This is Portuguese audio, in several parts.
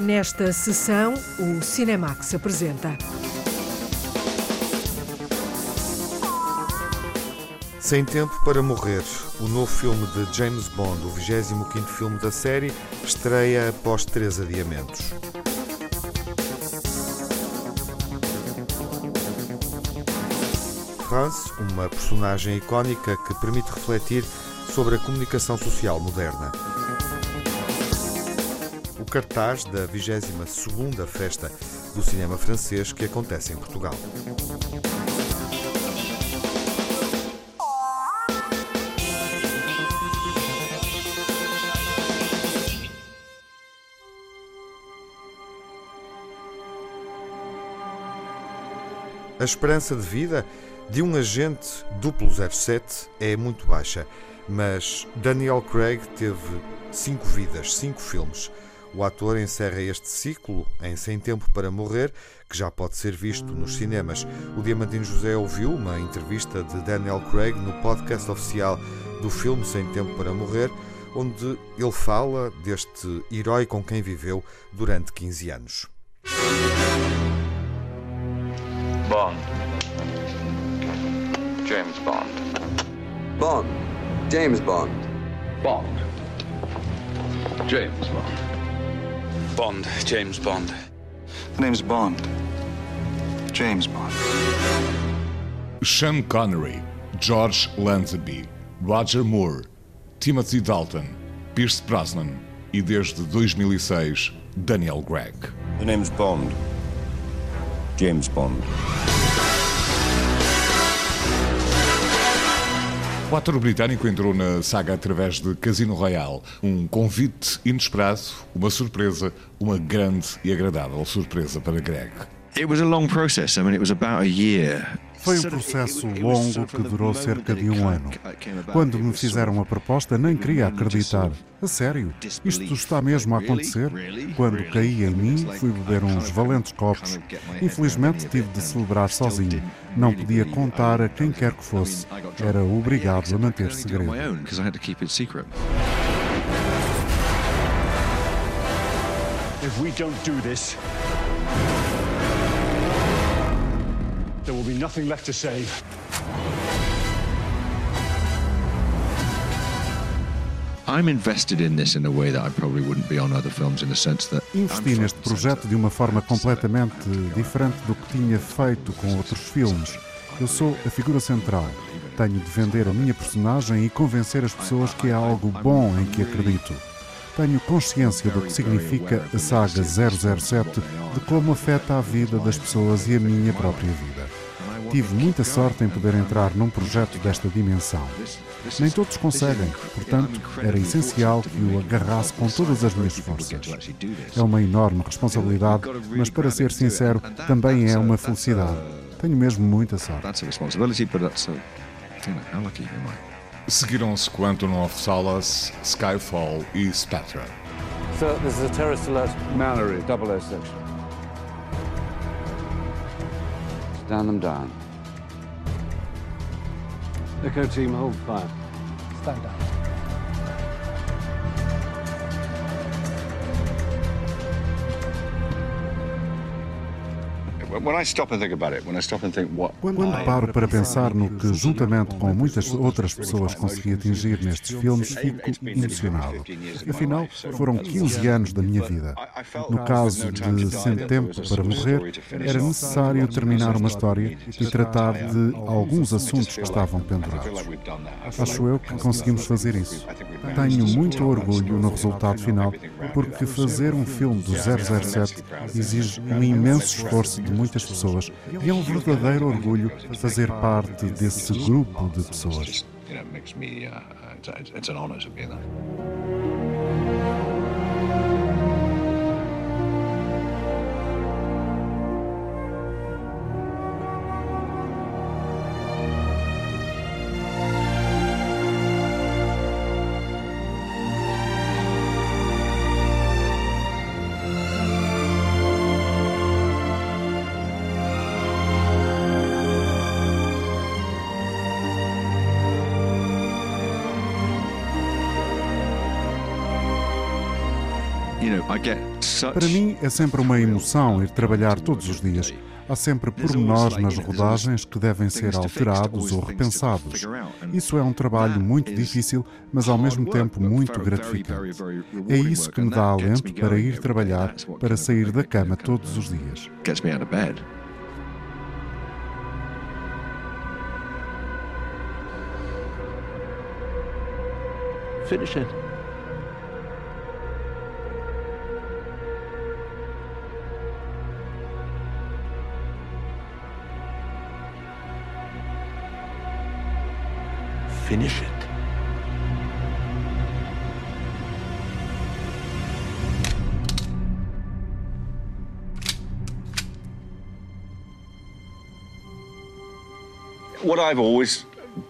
Nesta sessão, o Cinemax apresenta Sem Tempo para Morrer, o novo filme de James Bond, o 25º filme da série, estreia após 3 adiamentos. France, uma personagem icónica que permite refletir sobre a comunicação social moderna. O cartaz da 22ª Festa do Cinema Francês que acontece em Portugal. A esperança de vida de um agente 007 é muito baixa, mas Daniel Craig teve 5 vidas, 5 filmes. O ator encerra este ciclo em Sem Tempo para Morrer, que já pode ser visto nos cinemas. O Diamantino José ouviu uma entrevista de Daniel Craig no podcast oficial do filme Sem Tempo para Morrer, onde ele fala deste herói com quem viveu durante 15 anos. Bond. James Bond. Bond. James Bond. Bond. James Bond. Bond. James Bond. The name's Bond. James Bond. Sean Connery, George Lazenby, Roger Moore, Timothy Dalton, Pierce Brosnan e desde 2006, Daniel Craig. The name's Bond. James Bond. O ator britânico entrou na saga através de Casino Royale, um convite inesperado, uma surpresa, uma grande e agradável surpresa para Craig. It was a long process. I mean, it was about a year. Foi um processo longo que durou cerca de 1 ano. Quando me fizeram a proposta, nem queria acreditar. A sério? Isto está mesmo a acontecer? Quando caí em mim, fui beber uns valentes copos. Infelizmente, tive de celebrar sozinho. Não podia contar a quem quer que fosse. Era obrigado a manter segredo. If we don't do this, there will be nothing left to save. I'm invested in this in a way that I probably wouldn't be on other films in the sense that investi neste projeto de uma forma completamente diferente do que tinha feito com outros filmes. Eu sou a figura central. Tenho de vender a minha personagem e convencer as pessoas que há algo bom em que acredito. Tenho consciência do que significa a saga 007, de como afeta a vida das pessoas e a minha própria vida. Tive muita sorte em poder entrar num projeto desta dimensão. Nem todos conseguem, portanto, era essencial que o agarrasse com todas as minhas forças. É uma enorme responsabilidade, mas para ser sincero, também é uma felicidade. Tenho mesmo muita sorte. Seguiram-se Quantum of Solace, Skyfall e Spectre. Sir, this is a terrorist alert. Mallory, 006. Stand them down. Echo team, hold fire. Stand down. Quando paro para pensar no que, juntamente com muitas outras pessoas, consegui atingir nestes filmes, fico emocionado. Afinal, foram 15 anos da minha vida. No caso de Sem Tempo para Morrer, era necessário terminar uma história e tratar de alguns assuntos que estavam pendurados. Acho eu que conseguimos fazer isso. Tenho muito orgulho no resultado final, porque fazer um filme do 007 exige um imenso esforço de muitas pessoas e é um verdadeiro orgulho fazer parte desse grupo de pessoas. Para mim é sempre uma emoção ir trabalhar todos os dias. Há sempre pormenores nas rodagens que devem ser alterados ou repensados. Isso é um trabalho muito difícil, mas ao mesmo tempo muito gratificante. É isso que me dá alento para ir trabalhar, para sair da cama todos os dias. Finish it. Finish it. What I've always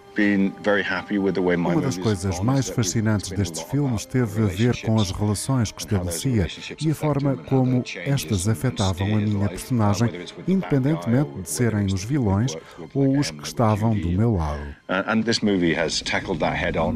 Uma das coisas mais fascinantes destes filmes teve a ver com as relações que estabelecia e a forma como estas afetavam a minha personagem, independentemente de serem os vilões ou os que estavam do meu lado. And this movie has tackled that head on.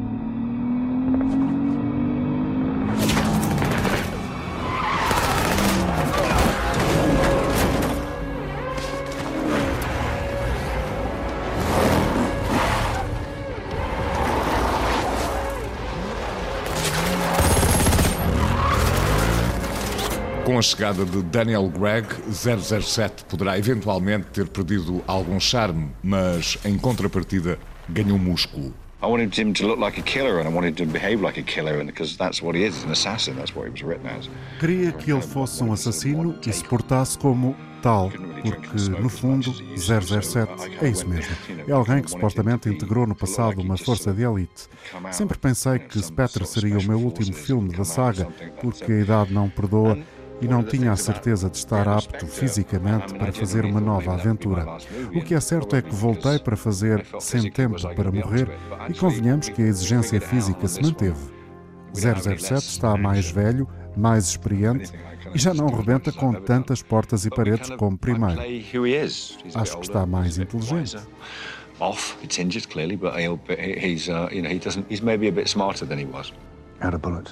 Com a chegada de Daniel Craig, 007 poderá eventualmente ter perdido algum charme, mas em contrapartida ganhou músculo. I wanted him to look like a killer and I wanted him to behave like a killer because that's what he is, an assassin, that's what he was written as. Queria que ele fosse um assassino e se portasse como tal, porque no fundo 007 é isso mesmo. É alguém que supostamente integrou no passado uma força de elite. Sempre pensei que Spectre seria o meu último filme da saga, porque a idade não perdoa e não tinha a certeza de estar apto fisicamente para fazer uma nova aventura. O que é certo é que voltei para fazer Sem Tempo para Morrer e convenhamos que a exigência física se manteve. 007 está mais velho, mais experiente e já não rebenta com tantas portas e paredes como primeiro. Acho que está mais inteligente. Off, it's injured clearly, but he's maybe a bit smarter than he was. Out of bullets.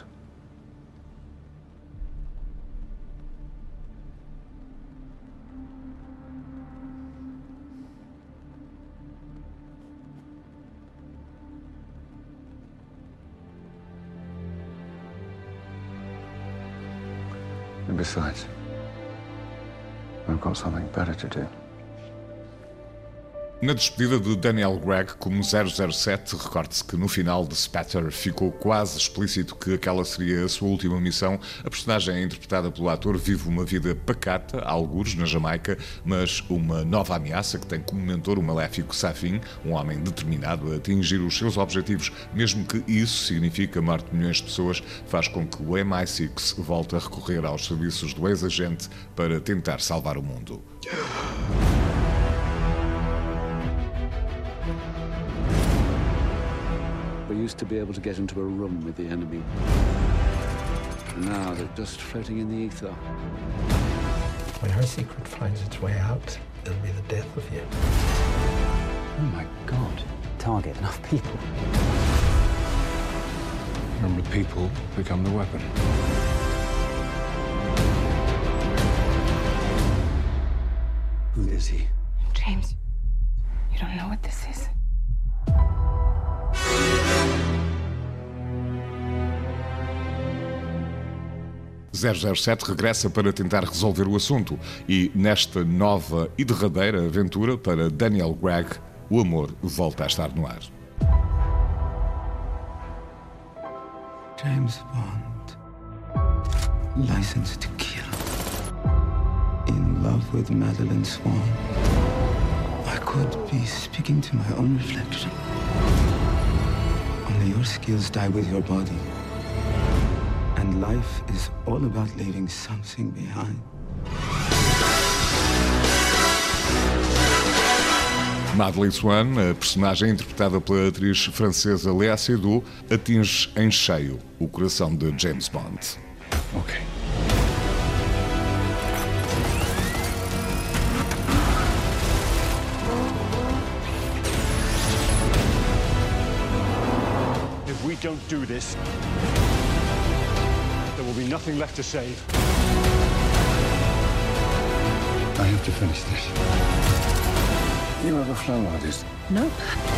And besides, I've got something better to do. Na despedida de Daniel Craig como 007, recorde-se que no final de Spectre ficou quase explícito que aquela seria a sua última missão. A personagem interpretada pelo ator vive uma vida pacata, a algures, na Jamaica, mas uma nova ameaça que tem como mentor o maléfico Safin, um homem determinado a atingir os seus objetivos, mesmo que isso signifique a morte de milhões de pessoas, faz com que o MI6 volte a recorrer aos serviços do ex-agente para tentar salvar o mundo. We used to be able to get into a room with the enemy. Now they're just floating in the ether. When her secret finds its way out, it'll be the death of you. Oh my God. Target enough people. And the people become the weapon. Who is he? James, you don't know what this is. 007 regressa para tentar resolver o assunto e, nesta nova e derradeira aventura para Daniel Craig, o amor volta a estar no ar. James Bond, licensed to kill, in love with Madeleine Swan. I could be speaking to my own reflection. Only your skills die with your body. And life is all about leaving something behind. Madeleine Swan, a personagem interpretada pela atriz francesa Léa Seydoux, atinge em cheio o coração de James Bond. Okay. If we don't do this, There will be nothing left to save. I have to finish this. You ever flown like this? No.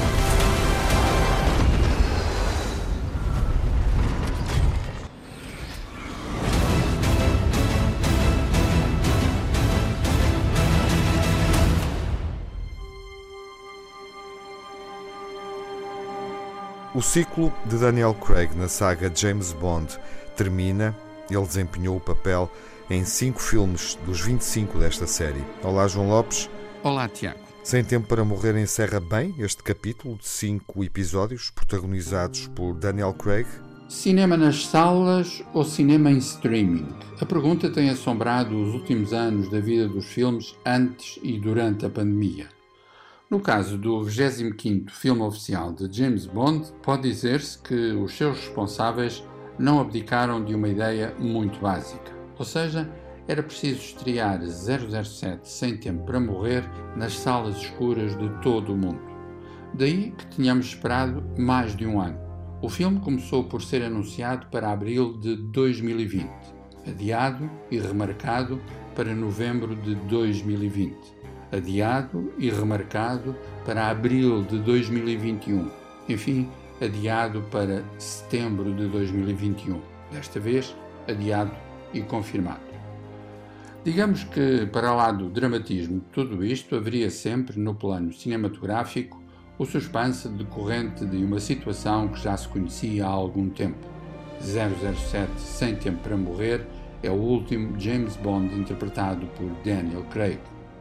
O ciclo de Daniel Craig na saga James Bond termina. Ele desempenhou o papel em 5 filmes dos 25 desta série. Olá, João Lopes. Olá, Tiago. Sem Tempo para Morrer encerra bem este capítulo de 5 episódios protagonizados por Daniel Craig. Cinema nas salas ou cinema em streaming? A pergunta tem assombrado os últimos anos da vida dos filmes antes e durante a pandemia. No caso do 25º filme oficial de James Bond, pode dizer-se que os seus responsáveis não abdicaram de uma ideia muito básica. Ou seja, era preciso estrear 007 Sem Tempo para Morrer nas salas escuras de todo o mundo. Daí que tínhamos esperado mais de um ano. O filme começou por ser anunciado para abril de 2020, adiado e remarcado para novembro de 2020. Adiado e remarcado para abril de 2021, enfim, adiado para setembro de 2021, desta vez adiado e confirmado. Digamos que, para lá do dramatismo de tudo isto, haveria sempre, no plano cinematográfico, o suspense decorrente de uma situação que já se conhecia há algum tempo. 007 Sem Tempo para Morrer é o último James Bond interpretado por Daniel Craig.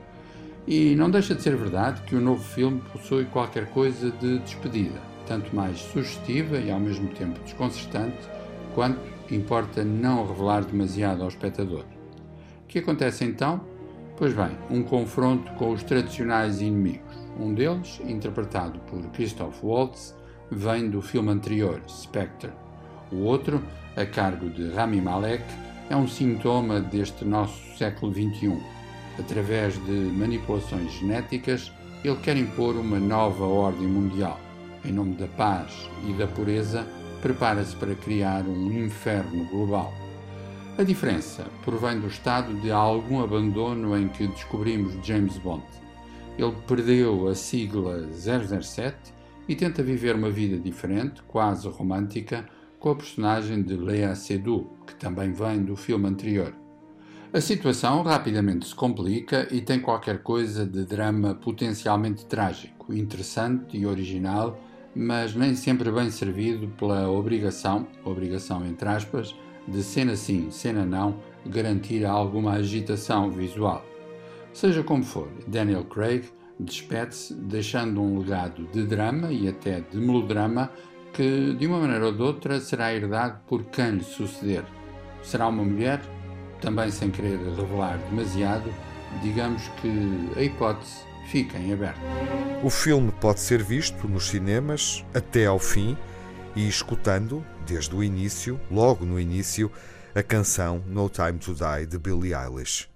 E não deixa de ser verdade que o novo filme possui qualquer coisa de despedida, tanto mais sugestiva e ao mesmo tempo desconcertante, quanto importa não revelar demasiado ao espectador. O que acontece então? Pois bem, um confronto com os tradicionais inimigos. Um deles, interpretado por Christoph Waltz, vem do filme anterior, Spectre. O outro, a cargo de Rami Malek, é um sintoma deste nosso século XXI. Através de manipulações genéticas, ele quer impor uma nova ordem mundial. Em nome da paz e da pureza, prepara-se para criar um inferno global. A diferença provém do estado de algum abandono em que descobrimos James Bond. Ele perdeu a sigla 007 e tenta viver uma vida diferente, quase romântica, com a personagem de Léa Seydoux, que também vem do filme anterior. A situação rapidamente se complica e tem qualquer coisa de drama potencialmente trágico, interessante e original, mas nem sempre bem servido pela obrigação entre aspas, de cena sim, cena não, garantir alguma agitação visual. Seja como for, Daniel Craig despede-se deixando um legado de drama e até de melodrama que, de uma maneira ou de outra, será herdado por quem lhe suceder. Será uma mulher? Também sem querer revelar demasiado, digamos que a hipótese fica em aberto. O filme pode ser visto nos cinemas até ao fim e escutando, desde o início, logo no início, a canção No Time to Die de Billie Eilish.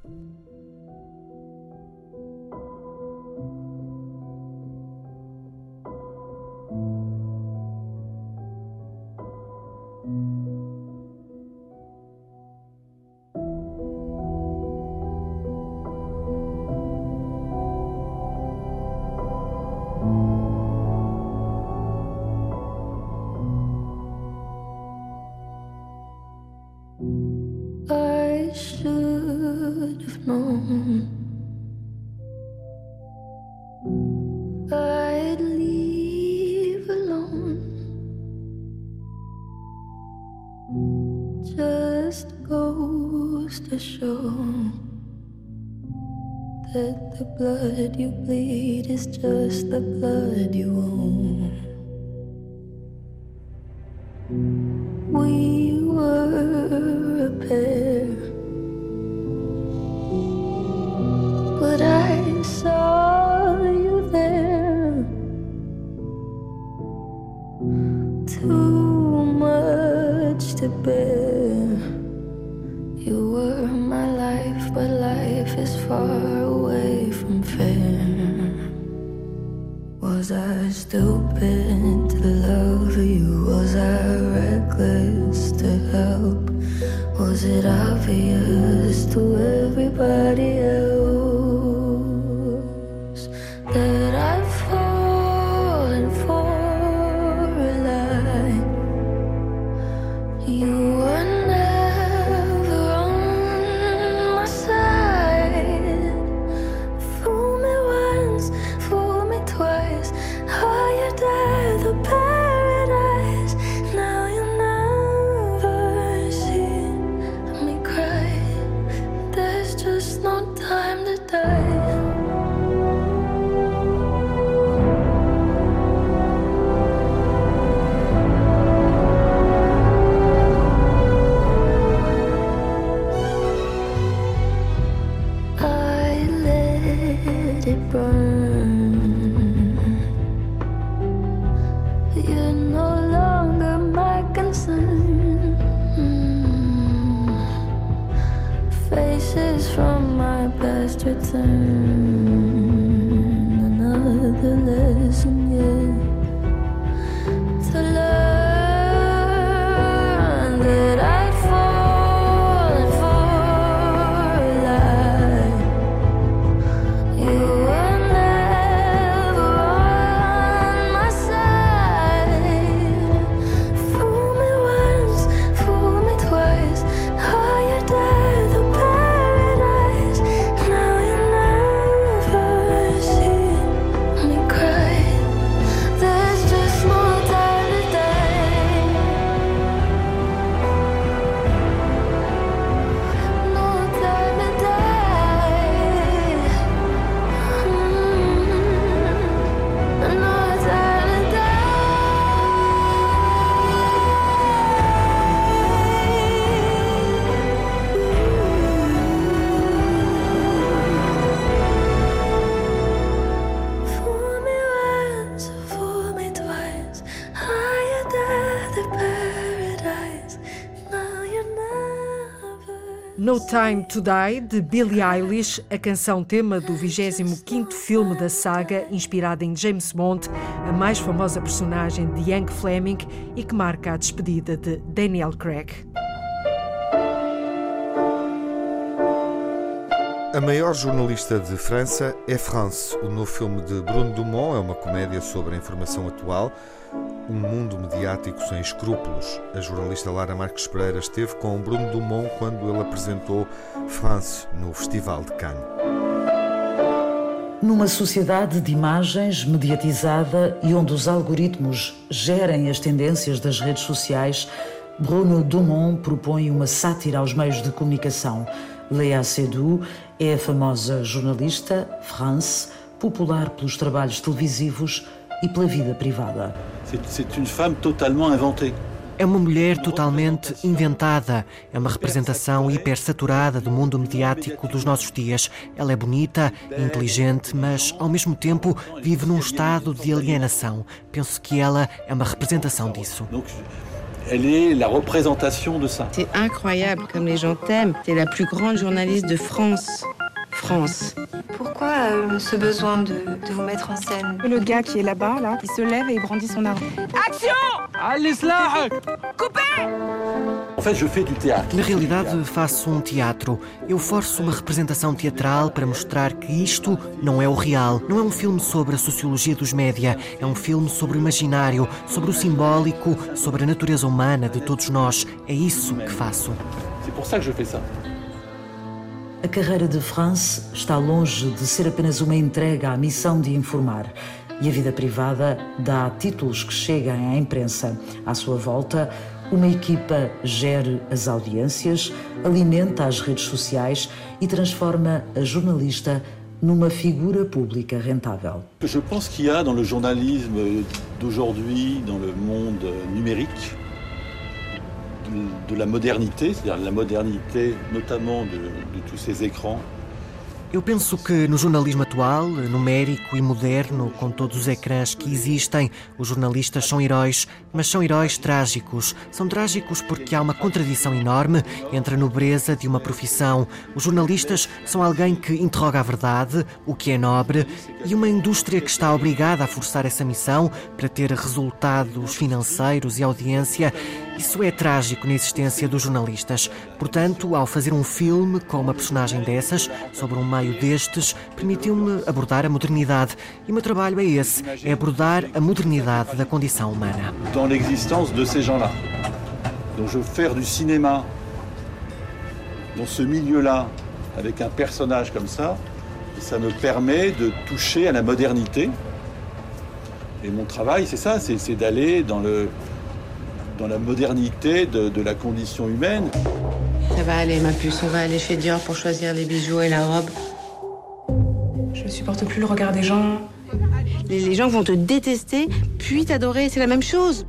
I should have known I'd leave alone. Just goes to show that the blood you bleed is just the blood you own. We were a pair, but I saw you there. Too much to bear. You were my life, but life is far away from fair. Was I stupid to love you? Was I reckless to help? obvious to everybody else that I've fallen for a lie. You were never on my side. Fool me once, fool me twice. Higher the paradise. Now you never see me cry. There's just no time to die. I let it burn. You're no longer my concern. Faces from my past return. Another lesson yet to learn that I'd fallen for a lie. You were never on my side. Fool me once, fool me twice. Higher the paradise. Now you never see me cry. There's just no time to die. No time to die. No time to Fool me once, fool me twice. Higher the paradise. Now you never. No Time to Die, de Billie Eilish, a canção-tema do 25º filme da saga, inspirada em James Bond, a mais famosa personagem de Ian Fleming e que marca a despedida de Daniel Craig. A maior jornalista de França é France. O novo filme de Bruno Dumont é uma comédia sobre a informação atual, um mundo mediático sem escrúpulos. A jornalista Lara Marques Pereira esteve com Bruno Dumont quando ele apresentou France no Festival de Cannes. Numa sociedade de imagens mediatizada e onde os algoritmos gerem as tendências das redes sociais, Bruno Dumont propõe uma sátira aos meios de comunicação. Léa Seydoux é a famosa jornalista France, popular pelos trabalhos televisivos e pela vida privada. C'est une femme totalement inventée. É uma mulher totalmente inventada. É uma representação hipersaturada do mundo mediático dos nossos dias. Ela é bonita, inteligente, mas ao mesmo tempo vive num estado de alienação. Penso que ela é uma representação disso. Elle est la représentation de ça. C'est incroyable comme les gens t'aiment. T'es la plus grande journaliste de France. France. Pourquoi ce besoin de vous mettre en scène? Le gars qui est là-bas, là, il se lève et il brandit son arme. Action! Coupez! En fait, je fais du théâtre. Na realidade, faço um teatro. Eu forço uma representação teatral para mostrar que isto não é o real. Não é um filme sobre a sociologia dos média. É um filme sobre o imaginário, sobre o simbólico, sobre a natureza humana de todos nós. É isso que faço. C'est pour ça que je fais ça. A carreira de France está longe de ser apenas uma entrega à missão de informar. E a vida privada dá títulos que chegam à imprensa. À sua volta, uma equipa gere as audiências, alimenta as redes sociais e transforma a jornalista numa figura pública rentável. Je pense qu'il y a dans le journalisme d'aujourd'hui, dans le monde numérique, de la modernité, c'est-à-dire la modernité notamment de tous ces écrans. Eu penso que no jornalismo atual, numérico e moderno, com todos os ecrãs que existem, os jornalistas são heróis, mas são heróis trágicos. São trágicos porque há uma contradição enorme entre a nobreza de uma profissão. Os jornalistas são alguém que interroga a verdade, o que é nobre, e uma indústria que está obrigada a forçar essa missão para ter resultados financeiros e audiência. Isso é trágico na existência dos jornalistas. Portanto, ao fazer um filme com uma personagem dessas, sobre um meio destes, permitiu-me abordar a modernidade. E o meu trabalho é esse, é abordar a modernidade da condição humana. Dans l'existence de ces gens-là. Donc je veux faire du cinéma dans ce milieu-là, avec un personnage comme ça me permet de toucher à la modernité. Et mon travail, c'est ça, c'est d'aller dans la modernité de la condition humaine. Ça va aller, ma puce, on va aller chez Dior pour choisir les bijoux et la robe. Je ne supporte plus le regard des gens. Les gens vont te détester, puis t'adorer, c'est la même chose.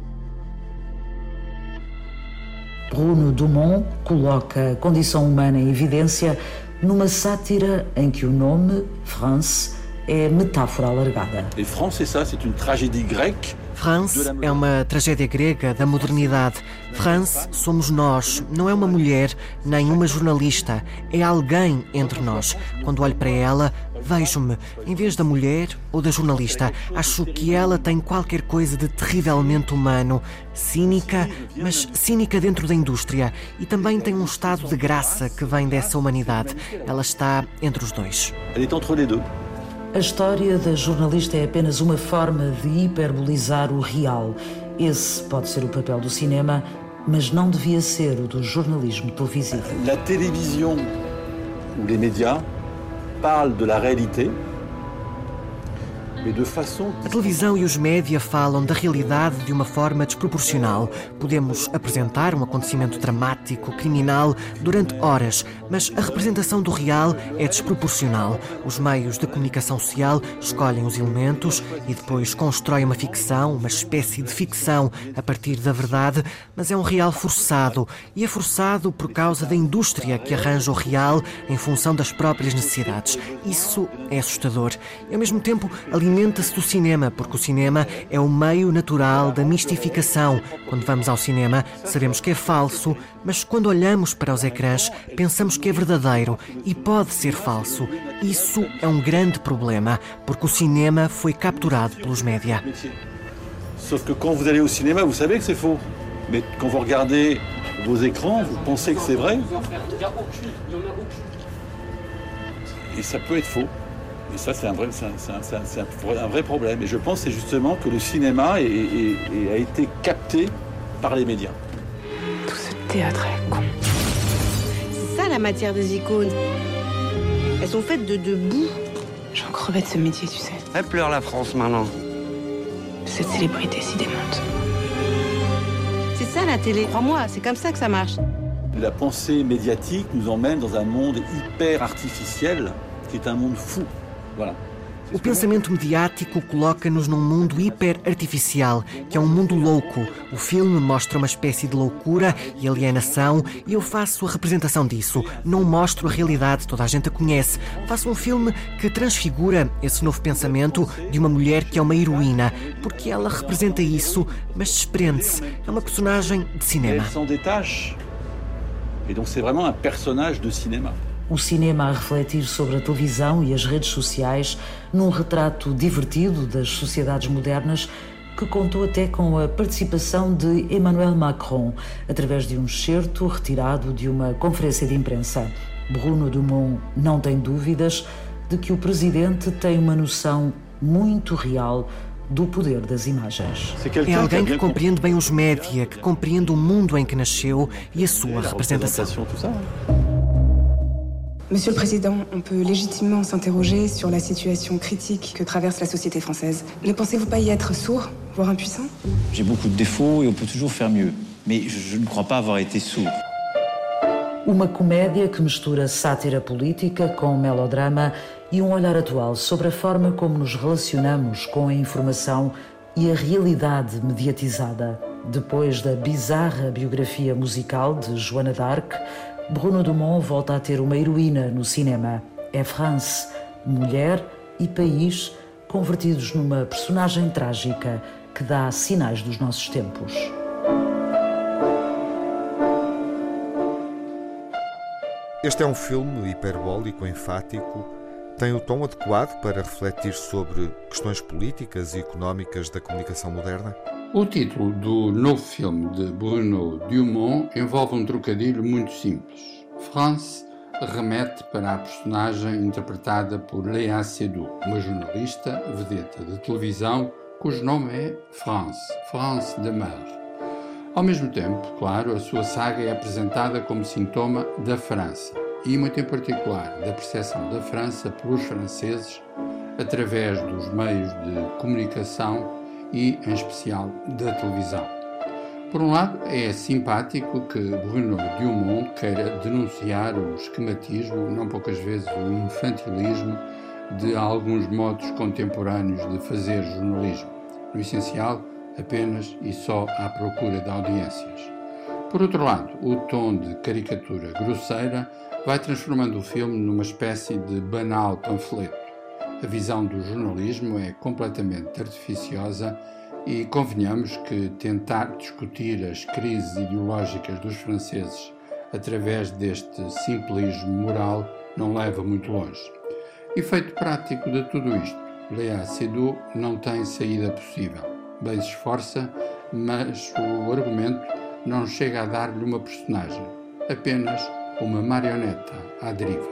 Bruno Dumont coloca a condição humana em evidência numa sátira em que o nome, France, é metáfora alargada. Et France, c'est ça, c'est une tragédie grecque. France é uma tragédia grega da modernidade. France somos nós, não é uma mulher, nem uma jornalista, é alguém entre nós. Quando olho para ela, vejo-me, em vez da mulher ou da jornalista, acho que ela tem qualquer coisa de terrivelmente humano, cínica, mas cínica dentro da indústria, e também tem um estado de graça que vem dessa humanidade. Ela está entre os dois. Elle est entre les deux. A história da jornalista é apenas uma forma de hiperbolizar o real. Esse pode ser o papel do cinema, mas não devia ser o do jornalismo televisivo. La télévision ou les médias parlent de la réalité, mais de façon... A televisão e os média falam da realidade de uma forma desproporcional. Podemos apresentar um acontecimento dramático, criminal, durante horas, mas a representação do real é desproporcional. Os meios de comunicação social escolhem os elementos e depois constroem uma ficção, uma espécie de ficção a partir da verdade, mas é um real forçado. E é forçado por causa da indústria que arranja o real em função das próprias necessidades. Isso é assustador. E, ao mesmo tempo, alimenta-se do cinema, porque o cinema é o meio natural da mistificação. Quando vamos ao cinema, sabemos que é falso, mas quando olhamos para os ecrãs, pensamos que é verdadeiro e pode ser falso. Isso é um grande problema, porque o cinema foi capturado pelos média. Sauf que quand vous allez au cinéma, vous savez que c'est faux. Mais quand vous regardez vos écrans, vous pensez que c'est vrai. Et ça peut être faux. Et ça, c'est un vrai problème. Et je pense c'est justement que le cinéma a été capté par les médias. Tout ce théâtre est con. C'est ça la matière des icônes. Elles sont faites de boue. J'en crevais de ce métier, tu sais. Elle pleure la France maintenant. Cette célébrité si démente. C'est ça la télé, crois-moi, c'est comme ça que ça marche. La pensée médiatique nous emmène dans un monde hyper artificiel, qui est un monde fou. Voilà. O pensamento mediático coloca-nos num mundo hiper-artificial, que é um mundo louco. O filme mostra uma espécie de loucura e alienação e eu faço a representação disso. Não mostro a realidade, toda a gente a conhece. Faço um filme que transfigura esse novo pensamento de uma mulher que é uma heroína, porque ela representa isso, mas desprende-se. É uma personagem de cinema. Elle s'en détache. Et donc c'est vraiment un personnage de cinéma. O cinema a refletir sobre a televisão e as redes sociais num retrato divertido das sociedades modernas que contou até com a participação de Emmanuel Macron através de um excerto retirado de uma conferência de imprensa. Bruno Dumont não tem dúvidas de que o presidente tem uma noção muito real do poder das imagens. É alguém que compreende bem os média, que compreende o mundo em que nasceu e a sua representação. Monsieur le Président, on peut légitimement s'interroger sur la situation critique que traverse la société française. Ne pensez-vous pas y être sourd, voire impuissant? J'ai beaucoup de défauts et on peut toujours faire mieux. Mais je ne crois pas avoir été sourd. Uma comédia que mistura sátira política com melodrama e um olhar atual sobre a forma como nos relacionamos com a informação e a realidade mediatizada. Depois da bizarra biografia musical de Joana d'Arc, Bruno Dumont volta a ter uma heroína no cinema. É France, mulher e país convertidos numa personagem trágica que dá sinais dos nossos tempos. Este é um filme hiperbólico, enfático. Tem o tom adequado para refletir sobre questões políticas e económicas da comunicação moderna? O título do novo filme de Bruno Dumont envolve um trocadilho muito simples. France remete para a personagem interpretada por Léa Seydoux, uma jornalista vedeta de televisão cujo nome é France demeure. Ao mesmo tempo, claro, a sua saga é apresentada como sintoma da França e, muito em particular, da percepção da França pelos franceses através dos meios de comunicação e, em especial, da televisão. Por um lado, é simpático que Bruno Dumont queira denunciar o esquematismo, não poucas vezes o infantilismo, de alguns modos contemporâneos de fazer jornalismo. No essencial, apenas e só à procura de audiências. Por outro lado, o tom de caricatura grosseira vai transformando o filme numa espécie de banal panfleto. A visão do jornalismo é completamente artificiosa e convenhamos que tentar discutir as crises ideológicas dos franceses através deste simplismo moral não leva muito longe. Efeito prático de tudo isto, Léa Seydoux não tem saída possível. Bem se esforça, mas o argumento não chega a dar-lhe uma personagem, apenas uma marioneta à deriva.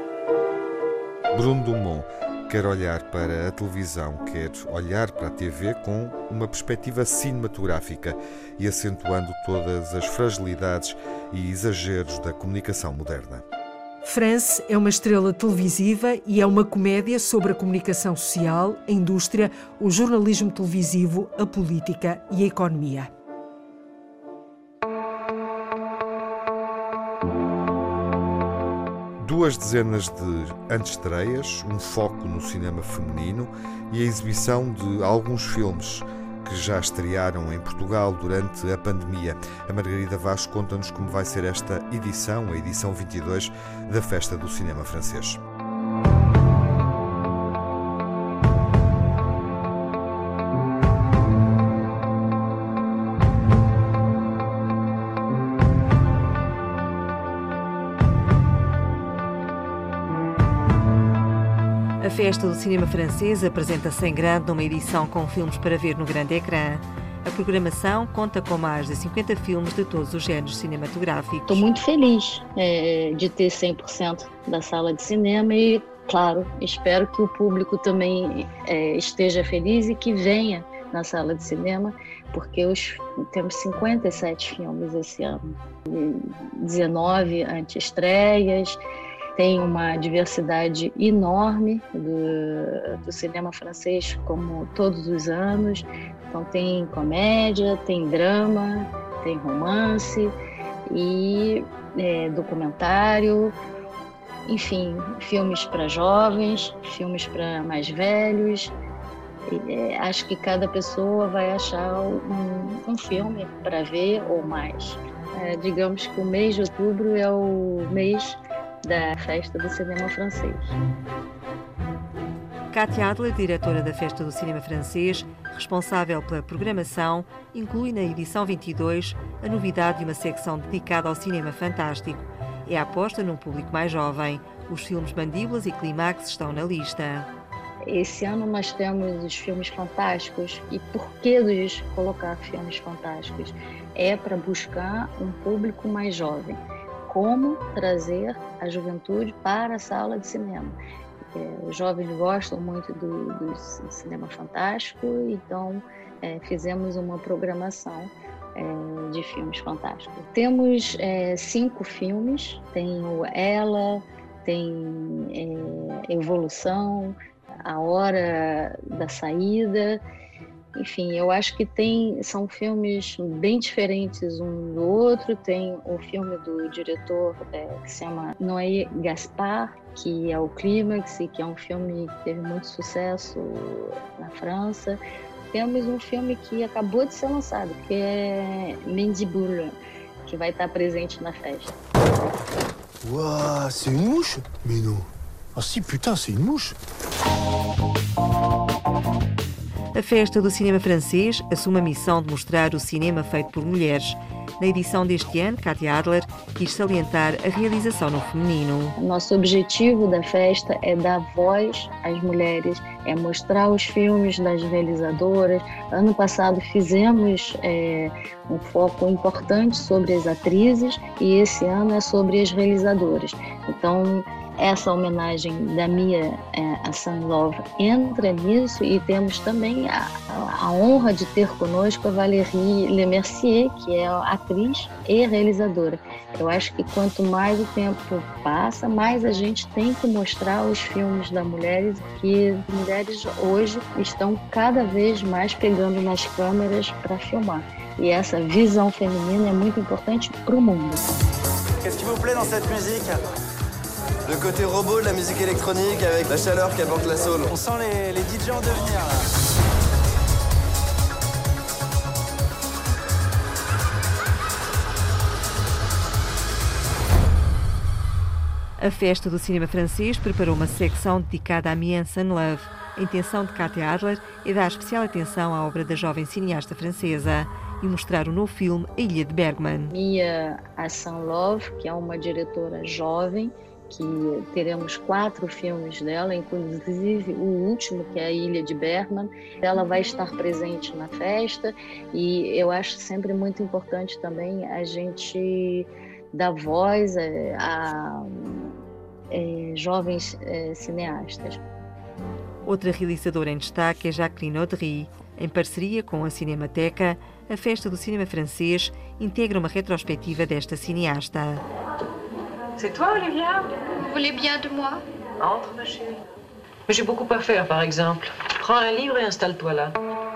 Bruno Dumont quer olhar para a televisão, quer olhar para a TV com uma perspectiva cinematográfica e acentuando todas as fragilidades e exageros da comunicação moderna. France é uma estrela televisiva e é uma comédia sobre a comunicação social, a indústria, o jornalismo televisivo, a política e a economia. Duas dezenas de antestreias, um foco no cinema feminino e a exibição de alguns filmes que já estrearam em Portugal durante a pandemia. A Margarida Vaz conta-nos como vai ser esta edição, a edição 22 da Festa do Cinema Francês. A Festa do Cinema Francês apresenta-se em grande numa edição com filmes para ver no grande ecrã. A programação conta com mais de 50 filmes de todos os géneros cinematográficos. Estou muito feliz de ter 100% da sala de cinema e, claro, espero que o público também esteja feliz e que venha na sala de cinema, porque temos 57 filmes esse ano, 19 antestreias. Tem uma diversidade enorme do cinema francês, como todos os anos. Então tem comédia, tem drama, tem romance e documentário, enfim, filmes para jovens, filmes para mais velhos. Acho que cada pessoa vai achar um filme para ver ou mais. Digamos que o mês de outubro é o mês da Festa do Cinema Francês. Katia Adler, diretora da Festa do Cinema Francês, responsável pela programação, inclui na edição 22 a novidade de uma secção dedicada ao cinema fantástico. É a aposta num público mais jovem. Os filmes Mandíbulas e Clímax estão na lista. Esse ano nós temos os filmes fantásticos. E por que de colocar filmes fantásticos? É para buscar um público mais jovem. Como trazer a juventude para a sala de cinema. Os jovens gostam muito do cinema fantástico, então fizemos uma programação de filmes fantásticos. Temos 5 filmes, tem o Ela, tem Evolução, A Hora da Saída. Enfim, eu acho que são filmes bem diferentes um do outro. Tem o filme do diretor que se chama Noé Gaspar, que é o Clímax, que é um filme que teve muito sucesso na França. Temos um filme que acabou de ser lançado, que é Mandíbula, que vai estar presente na festa. Ouah, c'est une mouche? Mais non. Ah si, putain, c'est une mouche. A Festa do Cinema Francês assume a missão de mostrar o cinema feito por mulheres. Na edição deste ano, Katia Adler quis salientar a realização no feminino. Nosso objetivo da festa é dar voz às mulheres, é mostrar os filmes das realizadoras. Ano passado fizemos um foco importante sobre as atrizes e esse ano é sobre as realizadoras. Então, essa homenagem da Mia a San Love entra nisso e temos também a honra de ter conosco a Valérie Lemercier, que é atriz e realizadora. Eu acho que quanto mais o tempo passa, mais a gente tem que mostrar os filmes das mulheres, que as mulheres hoje estão cada vez mais pegando nas câmeras para filmar. E essa visão feminina é muito importante para o mundo. Qu'est-ce qui vous plaît dans cette musique? Le côté robot de la musique électronique avec la chaleur qu'apporte la soul. On sent les DJ en devenir là. A Festa do Cinema Francês preparou uma secção dedicada a Mia San Love. A intenção de Katia Adler é dar especial atenção à obra da jovem cineasta francesa e mostrar o novo filme A Ilha de Bergman. Mia a San Love, que é uma diretora jovem, que teremos 4 filmes dela, inclusive o último, que é A Ilha de Bergman. Ela vai estar presente na festa e eu acho sempre muito importante também a gente dar voz a jovens cineastas. Outra realizadora em destaque é Jacqueline Audry. Em parceria com a Cinemateca, a Festa do Cinema Francês integra uma retrospectiva desta cineasta. C'est toi, Olivia? Vous voulez bien de moi? Entre, ma chérie. Mais j'ai beaucoup à faire, par exemple. Prends un livre et installe-toi là.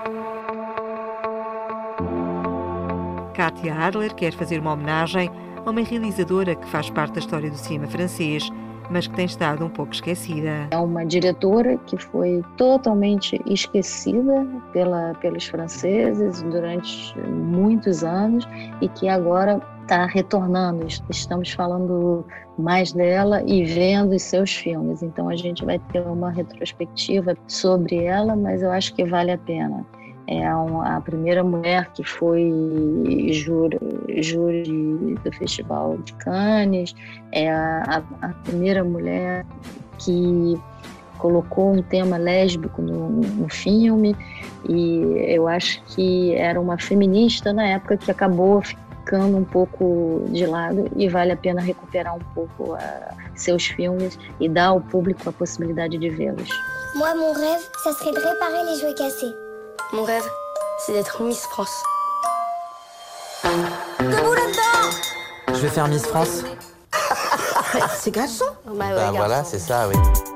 Katia Adler quer fazer uma homenagem a uma realizadora que faz parte da história do cinema francês, mas que tem estado um pouco esquecida. É uma diretora que foi totalmente esquecida pelos franceses durante muitos anos e que agora está retornando. Estamos falando mais dela e vendo os seus filmes. Então a gente vai ter uma retrospectiva sobre ela, mas eu acho que vale a pena. É a primeira mulher que foi júri do Festival de Cannes, é a primeira mulher que colocou um tema lésbico no filme, e eu acho que era uma feminista na época que acabou ficando um pouco de lado e vale a pena recuperar um pouco seus filmes e dar ao público a possibilidade de vê-los. Moi, mon rêve, ça serait de réparer les jouets cassés. Mon rêve, c'est d'être Miss France. Debout là-dedans! Je vais faire Miss France. C'est garçon? Bah voilà, c'est ça, oui.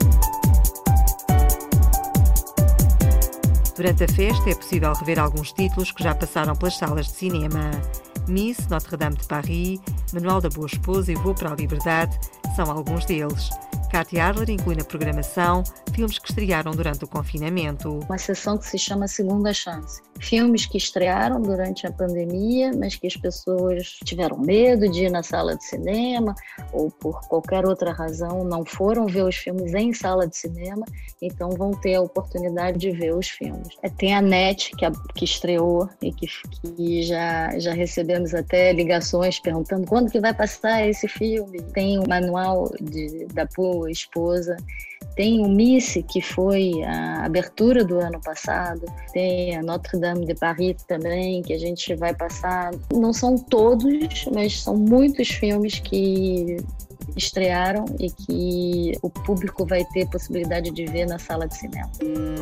Durante a festa é possível rever alguns títulos que já passaram pelas salas de cinema. Miss, Notre-Dame de Paris, Manual da Boa Esposa e Voo para a Liberdade são alguns deles. Katia Adler inclui na programação filmes que estrearam durante o confinamento. Uma sessão que se chama Segunda Chance. Filmes que estrearam durante a pandemia, mas que as pessoas tiveram medo de ir na sala de cinema ou por qualquer outra razão não foram ver os filmes em sala de cinema, então vão ter a oportunidade de ver os filmes. Tem a NET, que estreou e que já recebemos até ligações perguntando quando que vai passar esse filme. Tem o Manual da Boa Esposa. Tem o Miss, que foi a abertura do ano passado. Tem a Notre-Dame de Paris também, que a gente vai passar. Não são todos, mas são muitos filmes que estrearam e que o público vai ter possibilidade de ver na sala de cinema.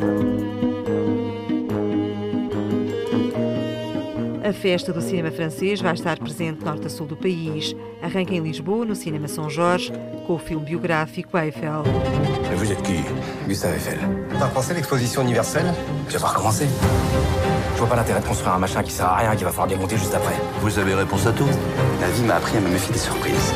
A Festa do Cinema Francês vai estar presente norte a sul do país. Arranca em Lisboa, no Cinema São Jorge, com o filme biográfico Eiffel. Vous êtes qui? Gustave Eiffel. T'as pensé l'exposition universelle? Je vais devoir commencer. Je vois pas l'intérêt de construire un machin qui sert à rien, qu'il va falloir démonter juste après. Vous avez réponse à tout? La vie m'a appris à me méfier des surprises.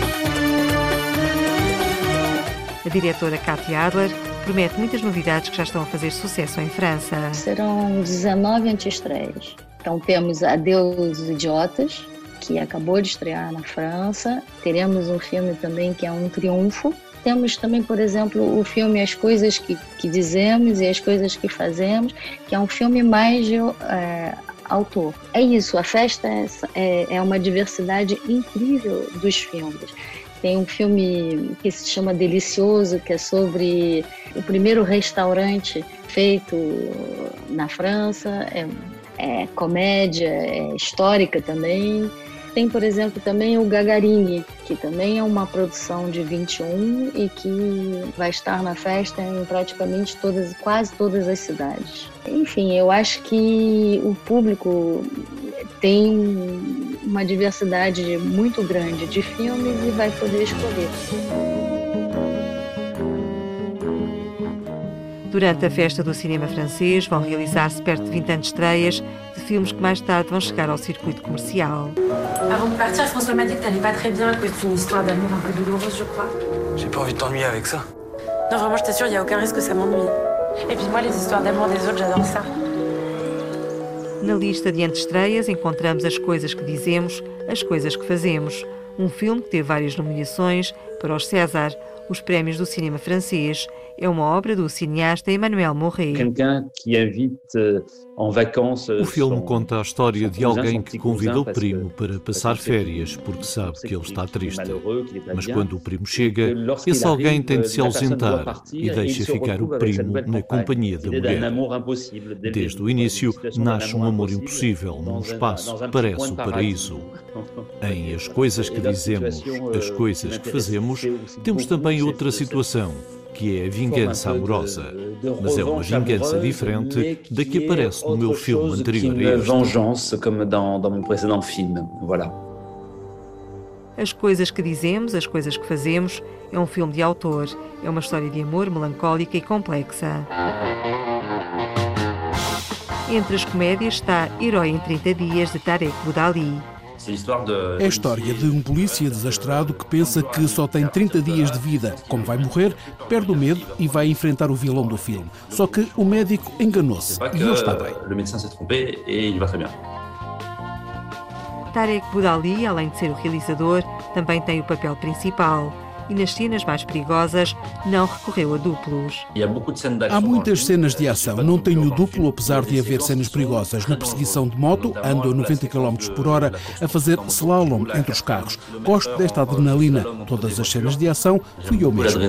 A diretora Katia Adler promete muitas novidades que já estão a fazer sucesso em França. Serão 19 antestreias. Então temos Adeus Idiotas, que acabou de estrear na França. Teremos um filme também que é um triunfo, Temos também, por exemplo, o filme As Coisas que Dizemos e As Coisas que Fazemos, que é um filme mais de autor. É isso, a festa é uma diversidade incrível dos filmes. Tem um filme que se chama Delicioso, que é sobre o primeiro restaurante feito na França, é comédia, é histórica também. Tem, por exemplo, também o Gagarin, que também é uma produção de 21 e que vai estar na festa em praticamente quase todas as cidades. Enfim, eu acho que o público tem uma diversidade muito grande de filmes e vai poder escolher. Durante a festa do cinema francês vão realizar-se perto de 20 estreias de filmes que mais tarde vão chegar ao circuito comercial. Avant de partir, François m'a dit que t'allais pas très bien à cause d'une histoire d'amour un peu douloureuse, je crois. J'ai pas envie de t'ennuyer avec ça. Non, vraiment, je t'assure, il y a aucun risque que ça m'ennuie. Et puis moi, les histoires d'amour des autres, j'adore ça. Na lista de antestreias encontramos As Coisas que Dizemos, As Coisas que Fazemos, um filme que teve várias nomeações para os César, os prémios do cinema francês. É uma obra do cineasta Emmanuel Mouret. O filme conta a história de alguém que convida o primo para passar férias porque sabe que ele está triste. Mas quando o primo chega, esse alguém tem de se ausentar e deixa ficar o primo na companhia da mulher. Desde o início, nasce um amor impossível num espaço que parece o paraíso. Em As Coisas que Dizemos, As Coisas que Fazemos, temos também outra situação, que é a vingança amorosa. Mas é uma vingança diferente da que aparece no meu filme anterior a este. Vengeance, comme dans mon précédent film. Voilà. As Coisas que Dizemos, As Coisas que Fazemos é um filme de autor. É uma história de amor melancólica e complexa. Entre as comédias está Herói em 30 Dias, de Tarek Boudali. É a história de um polícia desastrado que pensa que só tem 30 dias de vida. Como vai morrer, perde o medo e vai enfrentar o vilão do filme. Só que o médico enganou-se e ele está bem. Tarek Boudali, além de ser o realizador, também tem o papel principal. E nas cenas mais perigosas não recorreu a duplos. Há muitas cenas de ação. Não tenho duplo, apesar de haver cenas perigosas. Na perseguição de moto, ando a 90 km por hora a fazer slalom entre os carros. Gosto desta adrenalina. Todas as cenas de ação fui eu mesmo.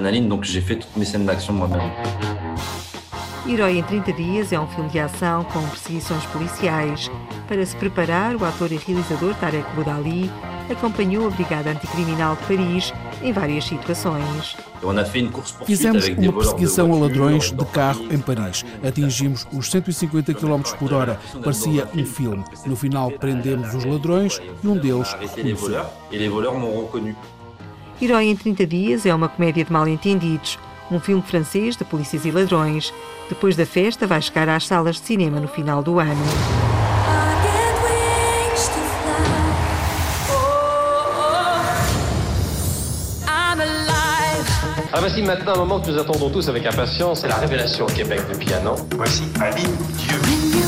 Herói em 30 Dias é um filme de ação com perseguições policiais. Para se preparar, o ator e realizador Tarek Boudali acompanhou a Brigada Anticriminal de Paris em várias situações. Fizemos uma perseguição a ladrões de carro em Paris. Atingimos os 150 km por hora. Parecia um filme. No final prendemos os ladrões e um deles reconheceu. Herói em 30 Dias é uma comédia de mal-entendidos, um filme francês de polícias e ladrões. Depois da festa vai chegar às salas de cinema no final do ano. Ah voici maintenant un moment que nous attendons tous avec impatience, c'est la révélation au Québec depuis un an. Voici Aline Dieu.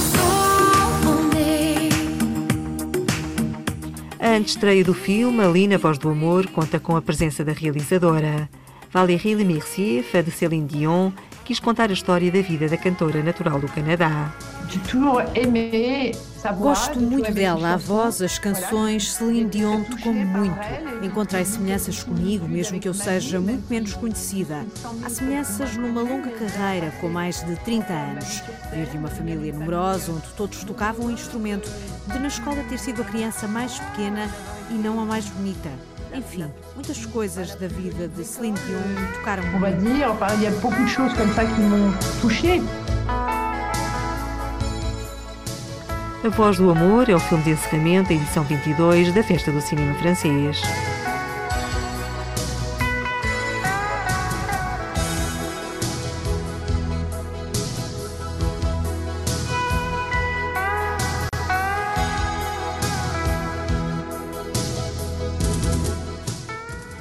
A antestreia do filme, Ali, na Voz do Amor, conta com a presença da realizadora. Valérie Lemercier, fã de Céline Dion, quis contar a história da vida da cantora natural do Canadá. Gosto muito dela, a voz, as canções. Céline Dion tocou-me muito. Encontrei semelhanças comigo, mesmo que eu seja muito menos conhecida. Há semelhanças numa longa carreira, com mais de 30 anos. Vir de uma família numerosa, onde todos tocavam um instrumento, de na escola ter sido a criança mais pequena e não a mais bonita. Enfim, muitas coisas da vida de Céline Dion tocaram muito. On va dire, enfin, il y a beaucoup de choses comme ça qui m'ont touchée. A Voz do Amor é o filme de encerramento da edição 22 da Festa do Cinema Francês.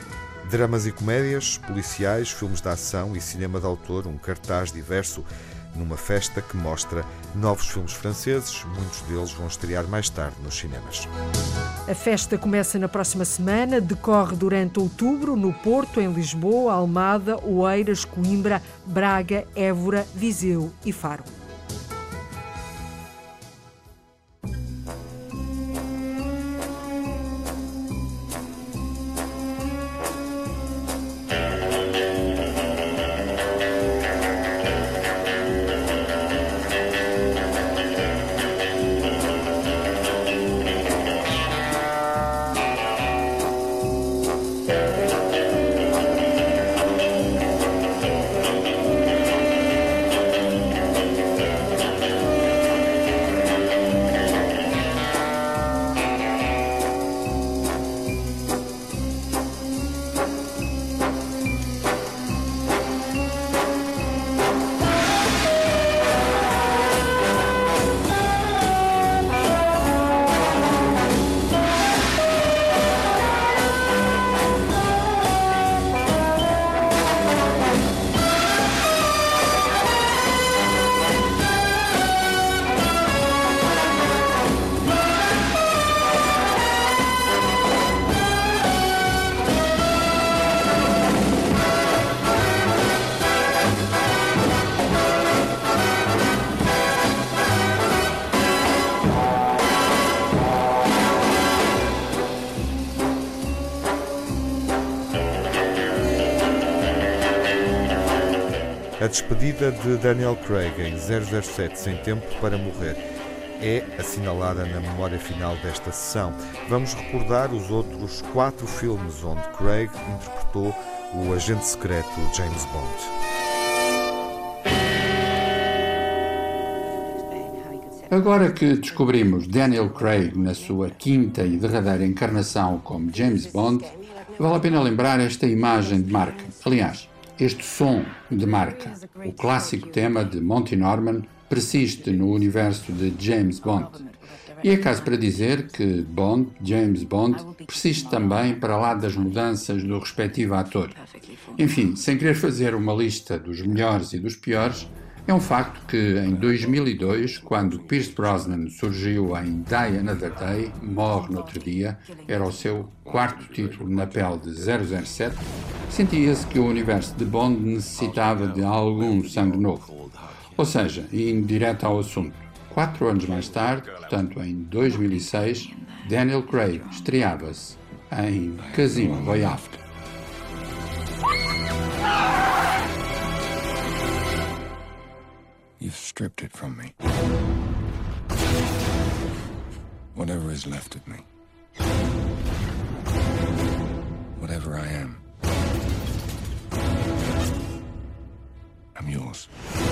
Dramas e comédias, policiais, filmes de ação e cinema de autor, um cartaz diverso numa festa que mostra novos filmes franceses, muitos deles vão estrear mais tarde nos cinemas. A festa começa na próxima semana, decorre durante outubro no Porto, em Lisboa, Almada, Oeiras, Coimbra, Braga, Évora, Viseu e Faro. A despedida de Daniel Craig em 007 Sem Tempo para Morrer é assinalada na memória final desta sessão. Vamos recordar os outros 4 filmes onde Craig interpretou o agente secreto James Bond. Agora que descobrimos Daniel Craig na sua quinta e derradeira encarnação como James Bond, vale a pena lembrar esta imagem de marca. Aliás, este som de marca, o clássico tema de Monty Norman, persiste no universo de James Bond. E é caso para dizer que Bond, James Bond, persiste também para lá das mudanças do respectivo ator. Enfim, sem querer fazer uma lista dos melhores e dos piores, é um facto que em 2002, quando Pierce Brosnan surgiu em Die Another Day, Morre no Outro Dia, era o seu 4º título na pele de 007, sentia-se que o universo de Bond necessitava de algum sangue novo. Ou seja, indo direto ao assunto, 4 anos mais tarde, portanto em 2006, Daniel Craig estreava-se em Casino Royale. You've stripped it from me. Whatever is left of me. Whatever I am. I'm yours.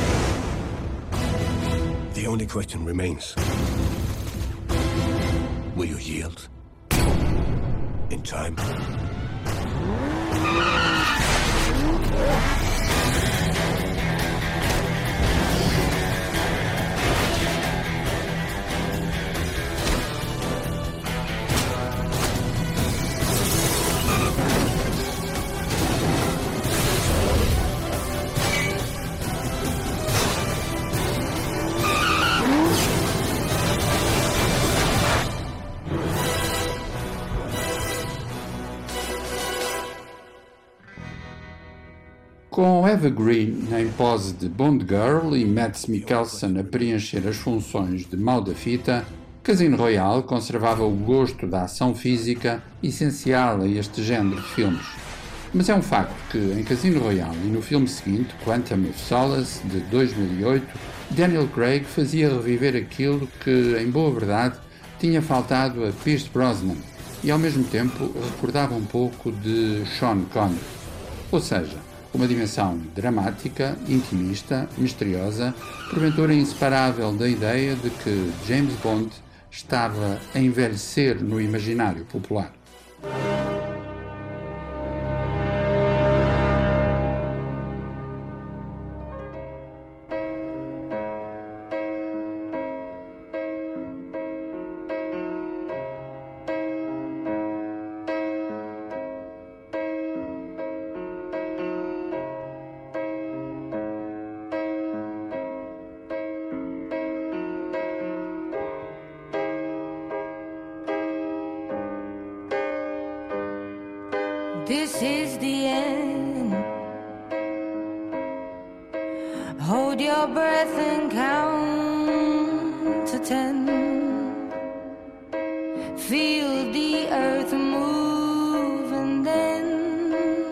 The only question remains. Will you yield? In time? Com Eva Green em pose de Bond Girl e Mads Mikkelsen a preencher as funções de mau da fita, Casino Royale conservava o gosto da ação física essencial a este género de filmes. Mas é um facto que em Casino Royale e no filme seguinte, Quantum of Solace, de 2008, Daniel Craig fazia reviver aquilo que, em boa verdade, tinha faltado a Pierce Brosnan e, ao mesmo tempo, recordava um pouco de Sean Connery. Ou seja, uma dimensão dramática, intimista, misteriosa, porventura inseparável da ideia de que James Bond estava a envelhecer no imaginário popular. this is the end. Hold your breath and count to 10. Feel the earth move and then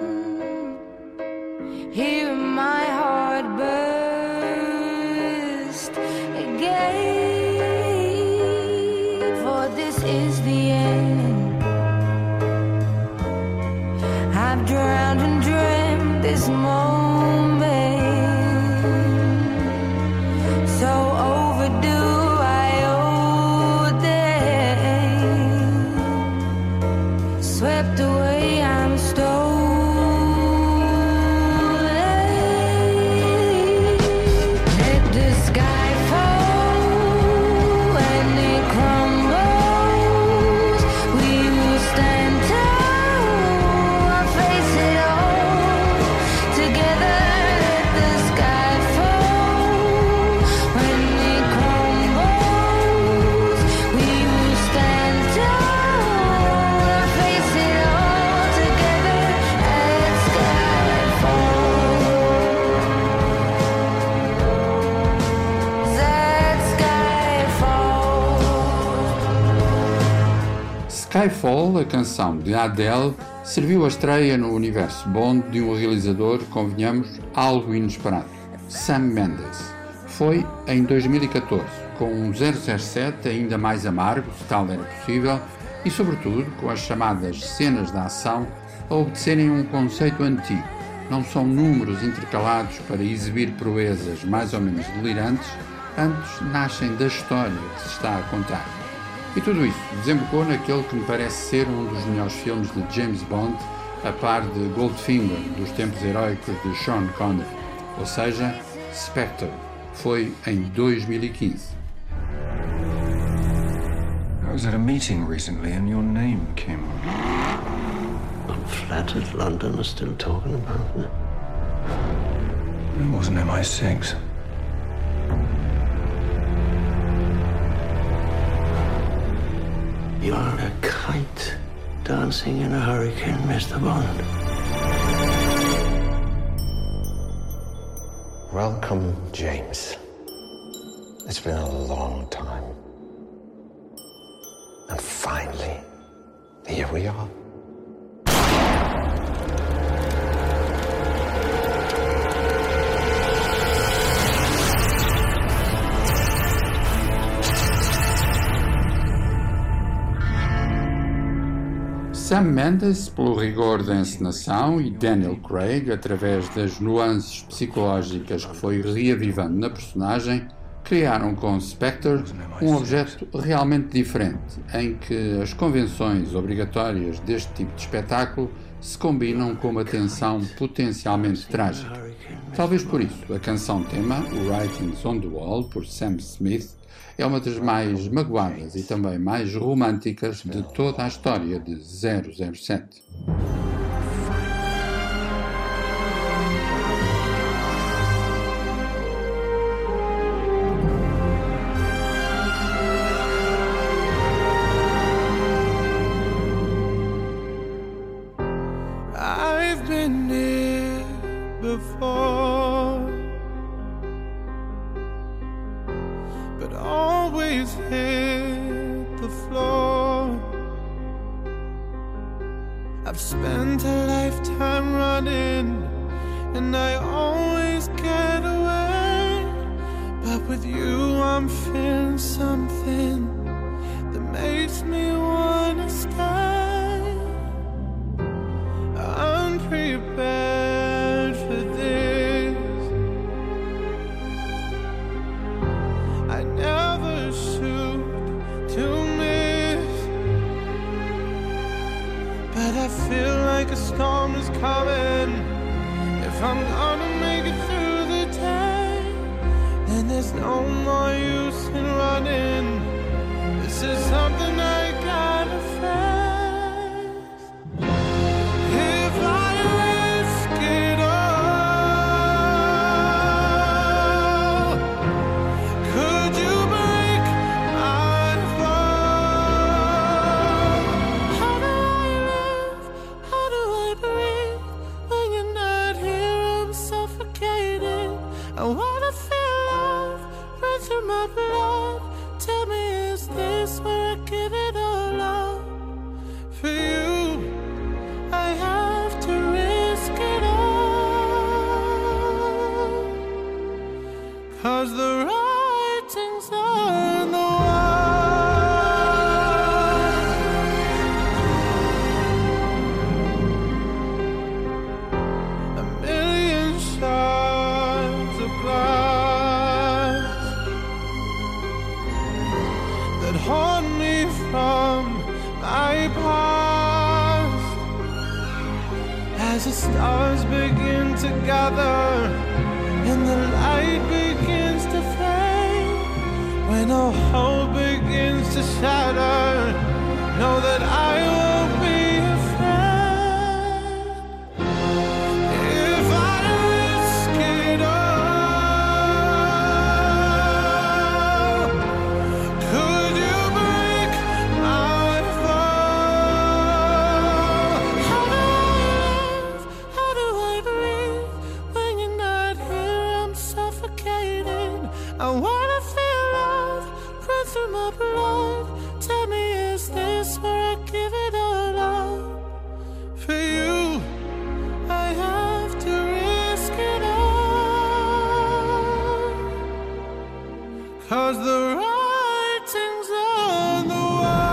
hear my heart burst again. For this is the end. I've drowned and dreamt this moment, so overdue I owe them. Swept away, I'm stolen. Let the sky fall when it crumbles. We will stand tall, face it all together. Let the sky fall when it crumbles. We will stand tall, face it all together. Let sky fall. Let sky fall. Skyfall, a canção de Adele, serviu a estreia no universo Bond de um realizador, convenhamos, algo inesperado, Sam Mendes. Foi em 2014, com um 007 ainda mais amargo, se tal era possível, e sobretudo com as chamadas cenas de ação a obedecerem um conceito antigo. Não são números intercalados para exibir proezas mais ou menos delirantes, antes nascem da história que se está a contar. E tudo isso desembocou naquele que me parece ser um dos melhores filmes de James Bond, a par de Goldfinger, dos tempos heróicos de Sean Connery, ou seja, Spectre. Foi em 2015. I was at a meeting recently and your name came up. I'm flattered London is still talking about me. It wasn't MI6. You're a kite dancing in a hurricane, Mr. Bond. Welcome, James. It's been a long time. And finally, here we are. Sam Mendes, pelo rigor da encenação, e Daniel Craig, através das nuances psicológicas que foi reavivando na personagem, criaram com Spectre um objeto realmente diferente, em que as convenções obrigatórias deste tipo de espetáculo se combinam com uma tensão potencialmente trágica. Talvez por isso, a canção-tema, Writings on the Wall, por Sam Smith, é uma das mais magoadas e também mais românticas de toda a história de 007. I've been here before, but always hit the floor. I've spent a lifetime running, and I always get away. But with you I'm feeling something that makes me wanna stay. I'm prepared for this. I never shoot to miss, but I feel like a storm is coming. If I'm gonna make it through the day, then there's no more use in running. This is something I gotta face. If I risk it all, could you break my fall? How do I live? How do I breathe? way past as the stars begin to gather and the light begins to fade. When all hope begins to shatter, know that I won't be afraid. If I risk it all, could you break my fall? How do I live? How do I breathe? When you're not here, I'm suffocating. I wanna feel love run through my blood. Tell me, is this where I give it all up? For you, I have to risk it all. 'Cause the writing's on the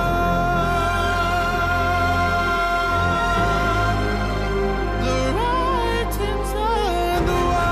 wall. The writing's on the wall.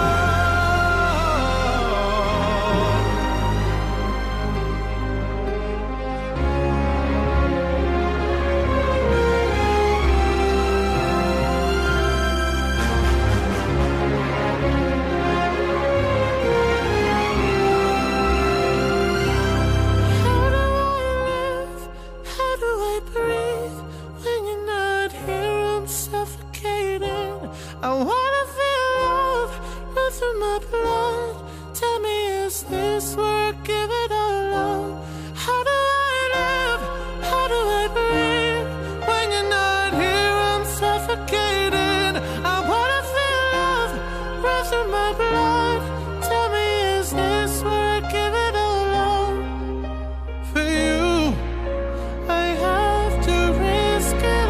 How do I live? How do I breathe? When you're not here, I'm suffocating. I wanna feel love run through my blood. Tell me, is this where I give it all up? How do I live? How do I breathe? When you're not here, I'm suffocating. I wanna feel love run through my blood. Tell me, is this where I give it all up? For you, I have to risk it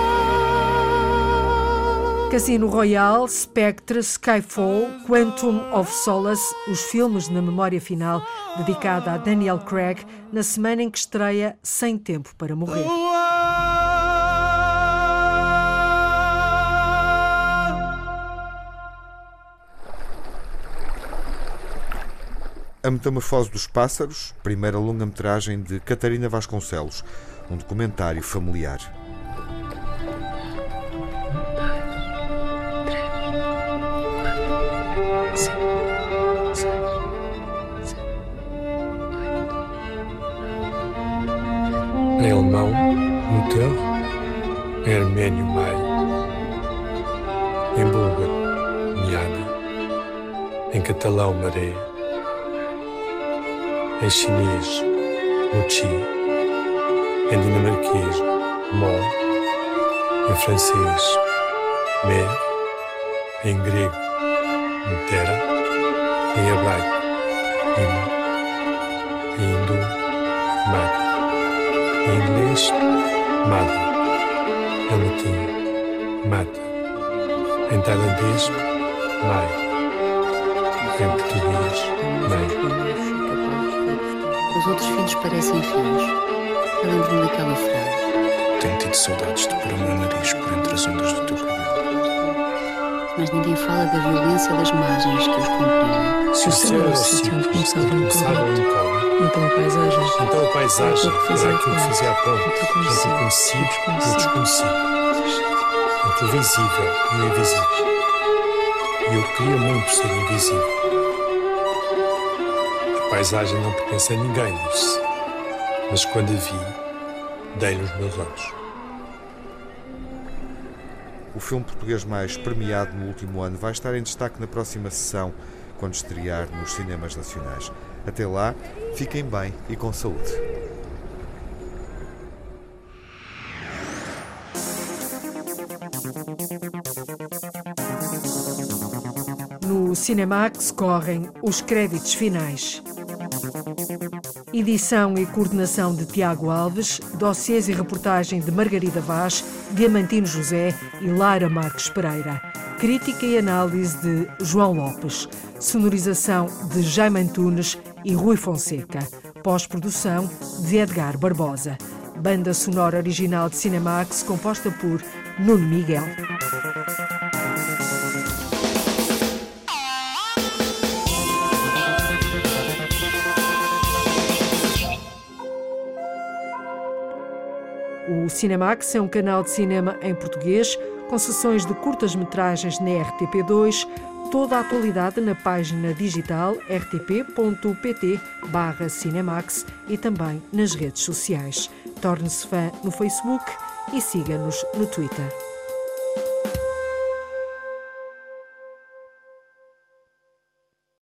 all. Casino Royale, Spectre, Skyfall, Quantum of Solace, os filmes na memória final dedicada a Daniel Craig na semana em que estreia Sem Tempo para Morrer. A Metamorfose dos Pássaros, primeira longa-metragem de Catarina Vasconcelos, um documentário familiar. Em alemão, motor, em armênio, mai, em búlgaro, miana, em catalão, maré, em chinês, mochi, em dinamarquês, mor, em francês, mer, em grego, mutera, em hebraico, ima, em hindu, mata, em inglês, mata, em latim, mata, em tailandês, mai, em português, mãe. Os outros filhos parecem filhos. Eu lembro-me daquela frase. Tenho tido saudades de pôr o meu nariz por entre as ondas do teu cabelo. Mas ninguém fala da violência das margens que os comprimem. Se o céu era o sítio onde começava um colo, então a paisagem era aquilo que fazia a ponte entre o conhecido e o desconhecido, entre o visível e o invisível. E eu queria muito ser invisível. A paisagem não pertence a ninguém, disse, mas quando a vi, dei-lhe os meus olhos. O filme português mais premiado no último ano vai estar em destaque na próxima sessão, quando estrear nos cinemas nacionais. Até lá, fiquem bem e com saúde. No Cinemax correm os créditos finais. Edição e coordenação de Tiago Alves, dossiês e reportagem de Margarida Vaz, Diamantino José e Lara Marques Pereira. Crítica e análise de João Lopes. Sonorização de Jaime Antunes e Rui Fonseca. Pós-produção de Edgar Barbosa. Banda sonora original de Cinemax composta por Nuno Miguel. O Cinemax é um canal de cinema em português, com sessões de curtas-metragens na RTP2, toda a atualidade na página digital rtp.pt/Cinemax e também nas redes sociais. Torne-se fã no Facebook e siga-nos no Twitter.